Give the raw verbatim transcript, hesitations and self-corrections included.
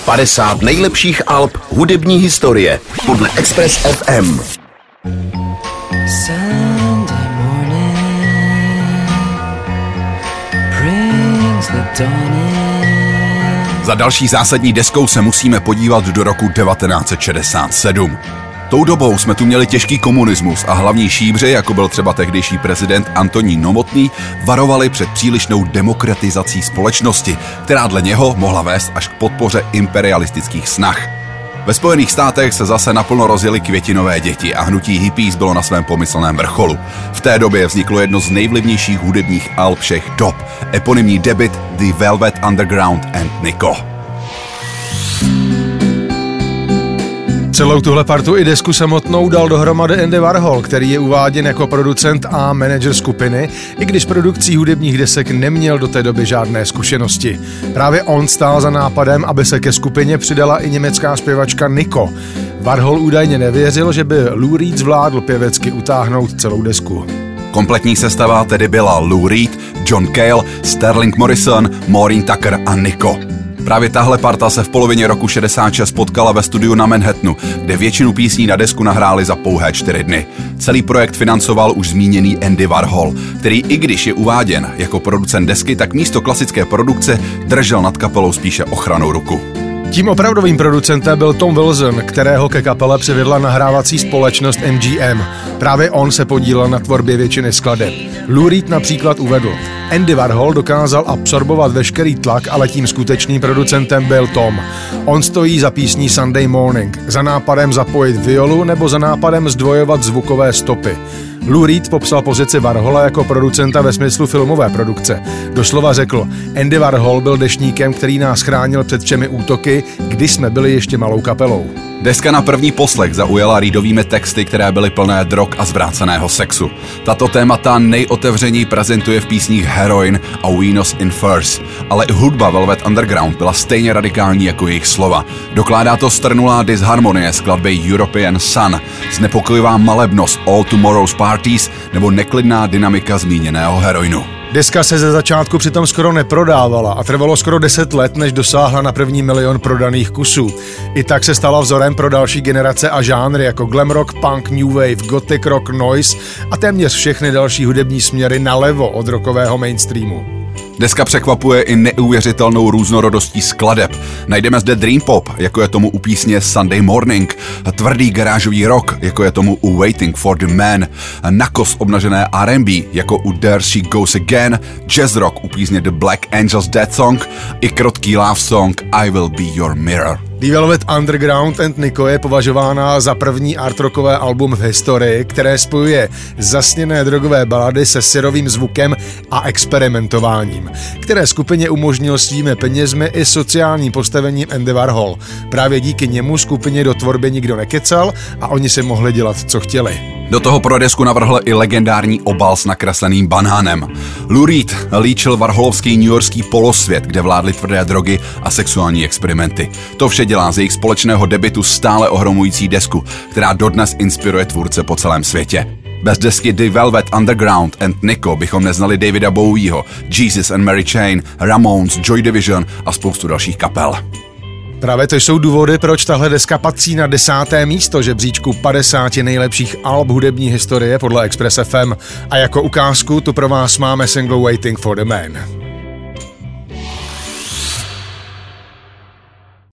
padesát nejlepších alb hudební historie podle Express F M. Sunday morning brings the dawn in. Za další zásadní deskou se musíme podívat do roku devatenáct set šedesát sedm. Tou dobou jsme tu měli těžký komunismus a hlavní šíbři, jako byl třeba tehdejší prezident Antonín Novotný, varovali před přílišnou demokratizací společnosti, která dle něho mohla vést až k podpoře imperialistických snah. Ve Spojených státech se zase naplno rozjeli květinové děti a hnutí hippies bylo na svém pomyslném vrcholu. V té době vzniklo jedno z nejvlivnějších hudebních alb všech dob, eponymní debut The Velvet Underground and Nico. Celou tuhle partu i desku samotnou dal dohromady Andy Warhol, který je uváděn jako producent a manažer skupiny, i když produkcí hudebních desek neměl do té doby žádné zkušenosti. Právě on stál za nápadem, aby se ke skupině přidala i německá zpěvačka Nico. Warhol údajně nevěřil, že by Lou Reed zvládl pěvecky utáhnout celou desku. Kompletní sestava tedy byla Lou Reed, John Cale, Sterling Morrison, Maureen Tucker a Nico. Právě tahle parta se v polovině roku šedesát šest potkala ve studiu na Manhattanu, kde většinu písní na desku nahráli za pouhé čtyři dny. Celý projekt financoval už zmíněný Andy Warhol, který i když je uváděn jako producent desky, tak místo klasické produkce držel nad kapelou spíše ochrannou ruku. Tím opravdovým producentem byl Tom Wilson, kterého ke kapele přivedla nahrávací společnost M G M. Právě on se podílel na tvorbě většiny skladeb. Lou Reed například uvedl: Andy Warhol dokázal absorbovat veškerý tlak, ale tím skutečným producentem byl Tom. On stojí za písní Sunday Morning, za nápadem zapojit violu nebo za nápadem zdvojovat zvukové stopy. Lou Reed popsal pozici Warhola jako producenta ve smyslu filmové produkce. Doslova řekl: Andy Warhol byl deštníkem, který nás chránil před všemi útoky, když jsme byli ještě malou kapelou. Deska na první poslech zaujala Reedovými texty, které byly plné drog a zvráceného sexu. Tato témata nejotevřeněji prezentuje v písních Heroin a Venus in Furs, ale i hudba Velvet Underground byla stejně radikální jako jejich slova. Dokládá to strnulá disharmonie skladby European Sun, znepokojivá malebnost All Tomorrow's Parties nebo neklidná dynamika zmíněného heroinu. Deska se ze začátku přitom skoro neprodávala a trvalo skoro deset let, než dosáhla na první milion prodaných kusů. I tak se stala vzorem pro další generace a žánry jako glam rock, punk, new wave, gothic rock, noise a téměř všechny další hudební směry nalevo od rockového mainstreamu. Deska překvapuje i neuvěřitelnou různorodostí skladeb. Najdeme zde dream pop, jako je tomu u písně Sunday Morning, tvrdý garážový rock, jako je tomu u Waiting for the Man, nakos obnažené R and B, jako u There She Goes Again, jazz rock u písně The Black Angels Dead Song i krotký love song I Will Be Your Mirror. The Velvet Underground and Nico je považována za první art rockové album v historii, které spojuje zasněné drogové balady se syrovým zvukem a experimentováním, které skupině umožnil svými penězmi i sociálním postavením Andy Warhol. Právě díky němu skupině do tvorby nikdo nekecal a oni si mohli dělat, co chtěli. Do toho pro desku navrhl i legendární obal s nakresleným banánem. Lou Reed líčil warholovský newyorský polosvět, kde vládly tvrdé drogy a sexuální experimenty. To vše dělá z jejich společného debutu stále ohromující desku, která dodnes inspiruje tvůrce po celém světě. Bez desky The Velvet Underground and Nico bychom neznali Davida Bowieho, Jesus and Mary Chain, Ramones, Joy Division a spoustu dalších kapel. Právě to jsou důvody, proč tahle deska patří na desáté místo žebříčku padesáti nejlepších alb hudební historie podle Express F M. A jako ukázku tu pro vás máme single Waiting for the Man.